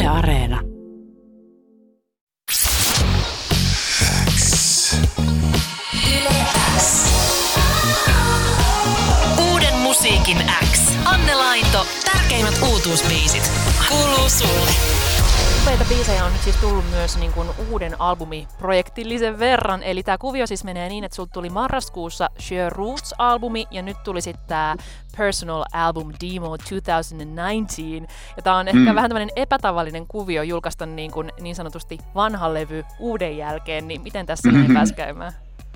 Yle Areena. Uuden musiikin X. Anne Lainto, tärkeimmät uutuusbiisit. Kuuluu sulle. Upeita biisejä on nyt siis tullut myös niin kuin uuden albumiprojektillisen verran. Eli tämä kuvio siis menee niin, että sulta tuli marraskuussa Sheer Roots-albumi ja nyt tuli sitten tämä Personal Album Demo 2019. Ja tämä on ehkä vähän tämmöinen epätavallinen kuvio julkaista niin sanotusti vanha levy uuden jälkeen. Niin miten tässä näin pääsi käymään?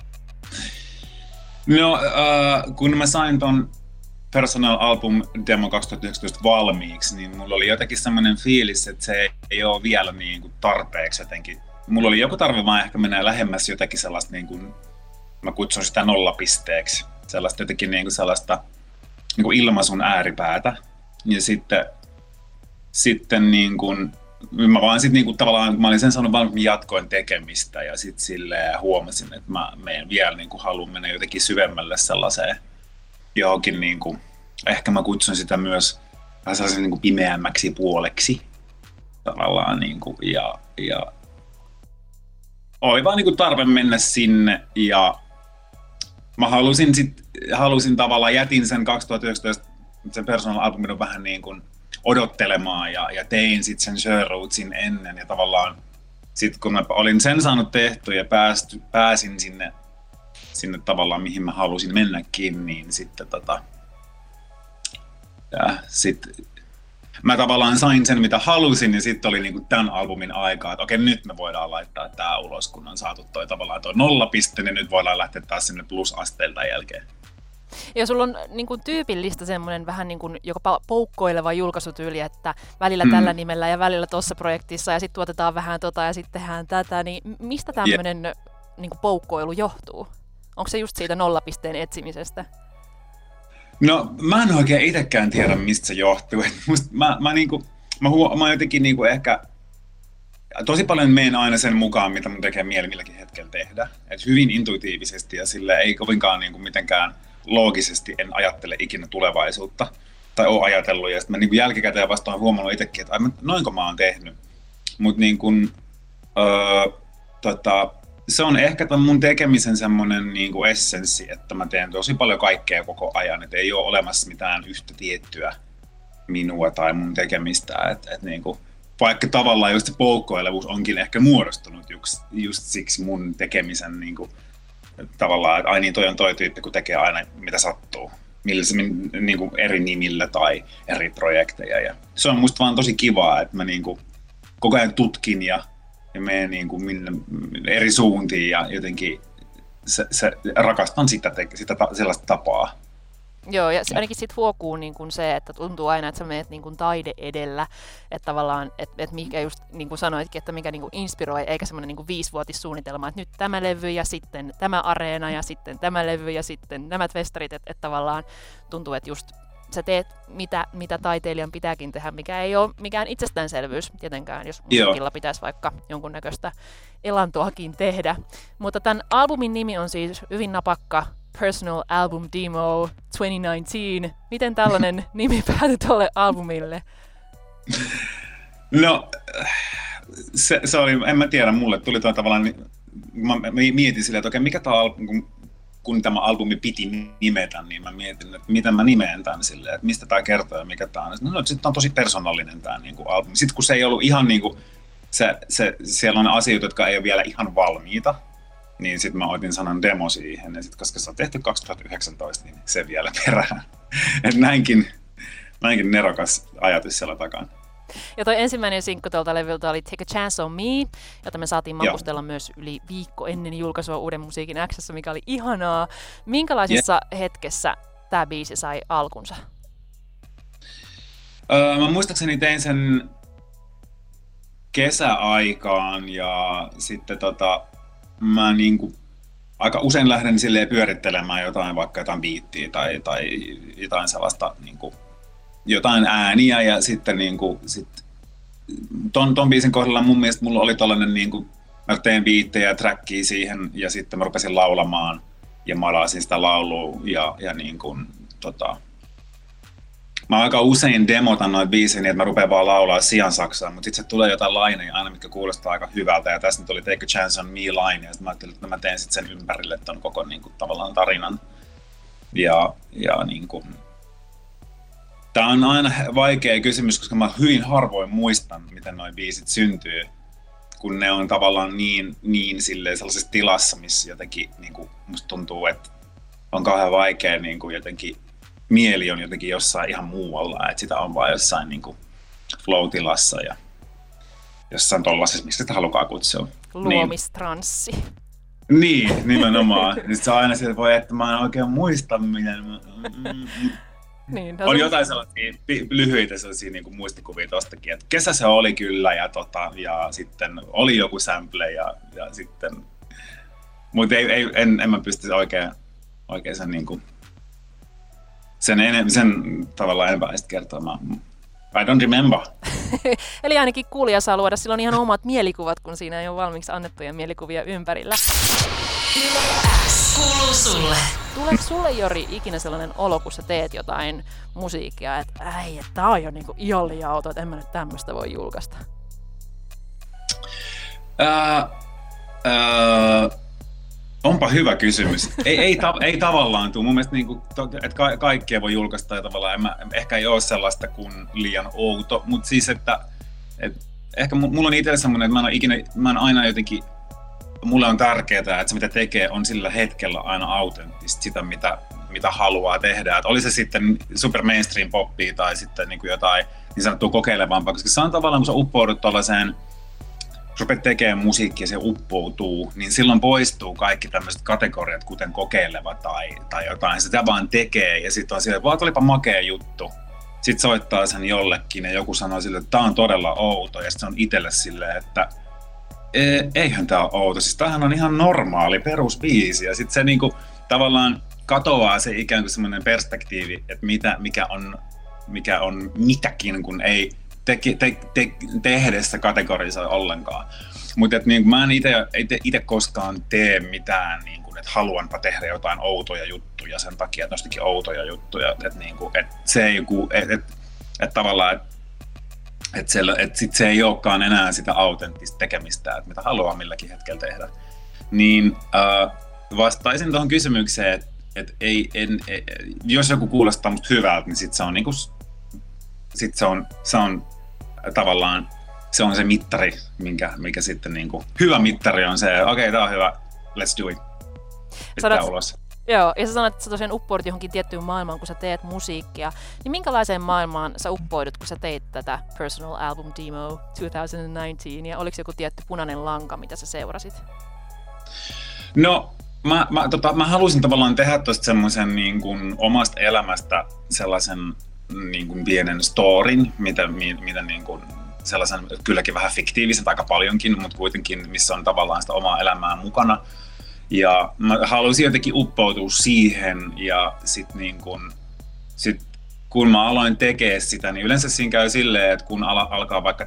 No, kun mä sain ton Personal Album Demo 2019 valmiiksi, niin mulla oli jotenkin semmoinen fiilis, että se ei ole vielä niin kuin tarpeeksi jotenkin. Mulla oli joku tarve vaan ehkä mennä lähemmäs jotakin sellaista, niin kuin, mä kutsun sitä nollapisteeksi, sellaista jotenkin niin kuin sellaista niin kuin ilmaisun ääripäätä. Ja sitten niin kuin, mä vaan sit niin kuin tavallaan, mä olin sen sanonut vaan, että mä jatkoin tekemistä ja sitten silleen huomasin, että mä menen vielä niin kuin haluan mennä jotenkin syvemmälle sellaiseen johonkin niin kuin, ehkä mä kutsun sitä myös vähän sellaisen niin kuin pimeämmäksi puoleksi tavallaan niin kuin, ja oli vaan niin kuin tarve mennä sinne ja mä halusin tavallaan, jätin sen 2019 sen Personal Albumin vähän niin kuin odottelemaan ja tein sitten sen Sheer Rootsin ennen ja tavallaan sitten kun mä olin sen saanut tehtyä ja pääsin sinne tavallaan mihin mä halusin mennäkin, niin sitten mä tavallaan sain sen mitä halusin ja sitten oli niinku tämän albumin aikaa, että okei, nyt me voidaan laittaa tää ulos, kun on saatu toi nollapiste, niin nyt voidaan lähteä taas sinne plusasteilta jälkeen. Ja sulla on niin kuin tyypillistä semmoinen vähän niin kuin jopa poukkoileva julkaisutyyli, että välillä tällä nimellä ja välillä tuossa projektissa ja sitten tuotetaan vähän ja sitten tehdään tätä, niin mistä tämmöinen niin kuin poukkoilu johtuu? Onko se just siitä nollapisteen etsimisestä? No, mä en oikein itsekään tiedä, mistä se johtuu. Mä jotenkin niinku ehkä tosi paljon menen aina sen mukaan, mitä mun tekee mieli milläkin hetkellä tehdä. Et hyvin intuitiivisesti ja sille ei kovinkaan niinku mitenkään loogisesti en ajattele ikinä tulevaisuutta. Tai oon ajatellut ja sitten mä niinku jälkikäteen vasta oon huomannut itsekin, että noinko mä oon tehnyt. Mut se on ehkä tämän mun tekemisen semmoinen niin kuin essenssi, että mä teen tosi paljon kaikkea koko ajan, että ei ole olemassa mitään yhtä tiettyä minua tai mun tekemistä, että niin kuin, vaikka tavallaan just se poukkoilevuus onkin ehkä muodostunut just siksi mun tekemisen niin kuin, tavallaan, että ai niin toi on toi tyyppi, kun tekee aina mitä sattuu, niin kuin eri nimillä tai eri projekteja ja se on musta vaan tosi kivaa, että mä niin kuin, koko ajan tutkin ja menen niin kuin eri suuntiin ja jotenkin rakastan sitä sellaista tapaa. Joo, ja ainakin sitten huokuu niin kuin se, että tuntuu aina, että sä menet niin kuin taide edellä, että tavallaan, että mikä just niin kuin sanoitkin, että mikä niin kuin inspiroi, eikä semmoinen niin kuin 5-vuotissuunnitelma, että nyt tämä levy ja sitten tämä areena ja sitten tämä levy ja sitten nämä festarit, että tavallaan tuntuu, että just sä teet, mitä taiteilijan pitääkin tehdä, mikä ei ole mikään itsestäänselvyys tietenkään, jos musiikilla pitäisi vaikka jonkunnäköistä elantoakin tehdä. Mutta tämän albumin nimi on siis hyvin napakka, Personal Album Demo 2019. Miten tällainen nimi päätyi tuolle albumille? No, se oli, en mä tiedä, mulle tuli tavallaan, mä mietin silleen, että okei, mikä tämä albumi, kun tämä albumi piti nimetä, niin mä mietin, että miten mä nimeen tämän silleen, että mistä tämä kertoo ja mikä tämä on. No, sitten on tosi persoonallinen tämä niin kuin albumi. Sitten kun se ei ollut ihan niin kuin, siellä on asioita, jotka ei ole vielä ihan valmiita, niin sitten mä otin sanan demo siihen. Ja sitten koska se on tehty 2019, niin se vielä perään. Että näinkin nerokas ajatus siellä takana. Ja toi ensimmäinen sinkku tuolta levyltä oli Take a Chance on Me, jota me saatiin makustella myös yli viikko ennen julkaisua Uuden musiikin X:ssä, mikä oli ihanaa. Minkälaisessa hetkessä tämä biisi sai alkunsa? Mä muistaakseni tein sen kesäaikaan ja sitten mä niinku aika usein lähden silleen pyörittelemään vaikka jotain biittiä tai jotain sellaista niinku jotain ääniä ja sitten niinku ton biisin kohdalla mun mielestä mulla oli tollainen niinku mä tein biittejä ja trackia siihen ja sitten mä rupesin laulamaan ja malasin sitä laulua ja niin kuin mä aika usein demotan noita biisejä niin, että mä rupean vaan laulaa sian saksaa, mutta sitten se tulee jotain laineja aina, mitkä kuulostaa aika hyvältä. Ja tässä nyt oli Take a Chance on Me-line, ja sitten mä ajattelin, että mä teen sitten sen ympärille ton koko niin kuin, tavallaan tarinan. Ja niin kuin, tää on aina vaikea kysymys, koska mä hyvin harvoin muistan, miten noi biisit syntyy, kun ne on tavallaan niin silleen sellaisessa tilassa, missä jotenkin niin kuin, musta tuntuu, että on kauhean vaikea niin kuin, jotenkin mieli on jotenkin jossain ihan muualla, että sitä on vaan jossain niin kuin flow-tilassa ja jossain tollaisessa, miksi sitä halukaa kutsua. Luomistranssi. Niin, nimenomaan. Sitten se on aina sieltä, voi, että mä en oikein muista, miten... Niin, on jotain sellaisia lyhyitä sellaisia niin kuin muistikuvia tostakin, että kesä se oli kyllä ja sitten oli joku sample ja sitten... Mutta en mä pysty oikein sen niin kuin... Sen tavallaan enempää sitten kertomaan. I don't remember. Eli ainakin kuulija saa luoda silloin ihan omat mielikuvat, kun siinä ei ole valmiiksi annettuja mielikuvia ympärillä. Yle X kuuluu sulle. Tuleeko sulle, Jori, ikinä sellainen olo, kun sä teet jotain musiikkia, että tää on jo niinku ihan liian outoa, että en mä nyt tämmöistä voi julkaista? Onpa hyvä kysymys. Ei tavallaan tule. Mun mielestä niinku, että kaikkea voi julkaista ja tavallaan ehkä ei ole sellaista kuin liian outo, mutta siis että ehkä mulla on itsellä semmoinen, että mä en aina jotenkin, mulle on tärkeää, että se mitä tekee on sillä hetkellä aina autenttista, sitä mitä haluaa tehdä. Että oli se sitten super mainstream poppia tai sitten niin kuin jotain niin sanottua kokeilevampaa, koska se on tavallaan, kun sä uppoudut tuollaiseen, rupeat tekemään musiikkia ja se uppoutuu, niin silloin poistuu kaikki tämmöiset kategoriat, kuten kokeileva tai jotain. Sitä vaan tekee ja sitten on siellä, että olipa makea juttu. Sitten soittaa sen jollekin ja joku sanoo sille, että tää on todella outo. Ja sitten se on itselle silleen, että eihän tää ole outo. Siis tämähän on ihan normaali perusbiisi. Ja sitten se niinku tavallaan katoaa se ikään kuin semmoinen perspektiivi, että mikä on mitäkin, kun ei tehdessä kategorisoi ollenkaan. Mutta niin, mä en itse koskaan tee mitään, niin kun, että haluanpa tehdä jotain outoja juttuja sen takia, että nostakin outoja juttuja. Että niin se ei tavallaan, että sit se ei olekaan enää sitä autenttista tekemistä, että mitä haluaa milläkin hetkellä tehdä. Niin vastaisin tuohon kysymykseen, että jos joku kuulostaa musta hyvältä, niin sit se on niinku, se on tavallaan se on se mittari, mikä sitten niinku, hyvä mittari on se, okei, tää on hyvä, let's do it. Pitää ulos. Joo, ja sä sanoit, että sä tosiaan uppoudut johonkin tiettyyn maailmaan, kun sä teet musiikkia. Niin minkälaiseen maailmaan sä uppoudut, kun sä teit tätä Personal Album Demo 2019? Ja oliko joku tietty punainen lanka, mitä sä seurasit? No, mä halusin tavallaan tehdä tosta semmoisen niin kuin omasta elämästä sellaisen niin kuin pienen storin, mitä niin kuin sellaisen kylläkin vähän fiktiivisen aika paljonkin, mutta kuitenkin missä on tavallaan sitä omaa elämää mukana. Ja mä halusin jotenkin uppoutua siihen ja sit kun mä aloin tekemään sitä, niin yleensä siinä käy silleen, että kun alkaa vaikka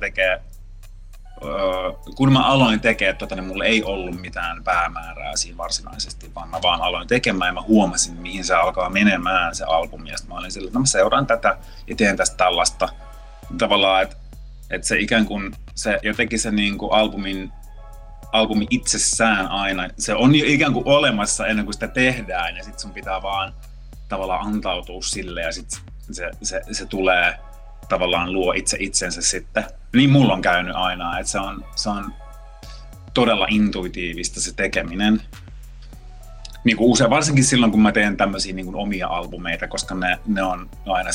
kun mä aloin tekemään niin mulla ei ollut mitään päämäärää siinä varsinaisesti, vaan mä vaan aloin tekemään ja mä huomasin, mihin se alkaa menemään se albumi. Ja mä olin silleen, että mä seuraan tätä ja teen tästä tällaista. Tavallaan, että se ikään kuin se jotenkin se niin kuin albumi itsessään aina, se on jo ikään kuin olemassa ennen kuin sitä tehdään ja sit sun pitää vaan tavallaan antautua sille ja sit se tulee tavallaan luo itsensä sitten. Niin mulla on käynyt aina, että se on todella intuitiivista se tekeminen. Niin kuin usein, varsinkin silloin, kun mä teen tämmöisiä niin kuin omia albumeita, koska ne on aina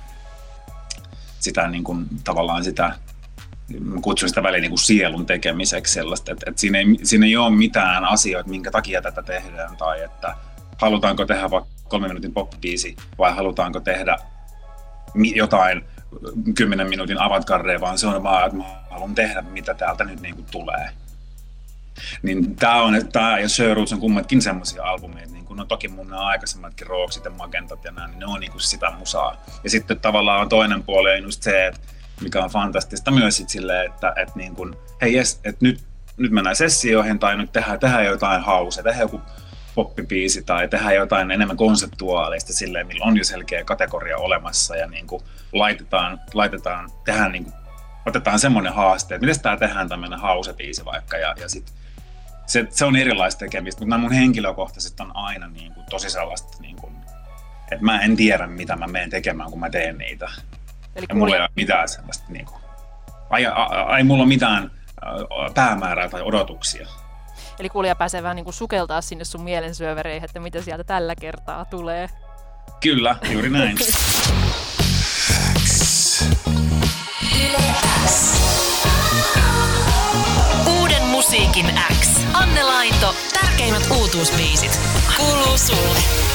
sitä niin kuin, tavallaan sitä, mä kutsun sitä väliin niin kuin sielun tekemiseksi sellaista, että siinä ei ole mitään asioita, minkä takia tätä tehdään, tai että halutaanko tehdä vaikka 3 minuutin pop-biisi, vai halutaanko tehdä jotain 10 minuutin avantgardea, vaan se on vaan, että mä haluan tehdä, mitä täältä nyt niin kuin tulee. Niin tää ja Sherwoods on kummatkin semmosia albumeita, niin kuin toki mun nämä aikaisemmatkin Rooksit ja Magentat ja nämä, niin ne on niin kuin sitä musaa. Ja sitten tavallaan toinen puoli on just se, että mikä on fantastista myös sit silleen, että niin kuin, hei jes, että nyt mennään sessioihin tai nyt tehdään jotain hausea, tehdään joku poppibiisi tai tehdään jotain enemmän konseptuaalista silleen, millä on jo selkeä kategoria olemassa ja niin kuin tehdään niin kuin, otetaan semmoinen haaste, että miten tää tehdään tämmöinen hausebiisi vaikka ja sit se on erilaista tekemistä, mutta nämä mun henkilökohtaiset on aina niin kuin tosi sellaista, niin kuin, että mä en tiedä mitä mä menen tekemään kun mä teen niitä. Eli ja mulla ei ole mitään sellaista, niin kuin, ei mulla ole mitään päämäärää tai odotuksia. Eli kuulija pääsee vähän niin kuin sukeltaa sinne sun mielensyövereihin, että mitä sieltä tällä kertaa tulee. Kyllä, juuri näin. Uuden musiikin X. Anne Lainto, tärkeimmät uutuusbiisit. Kuuluu sulle.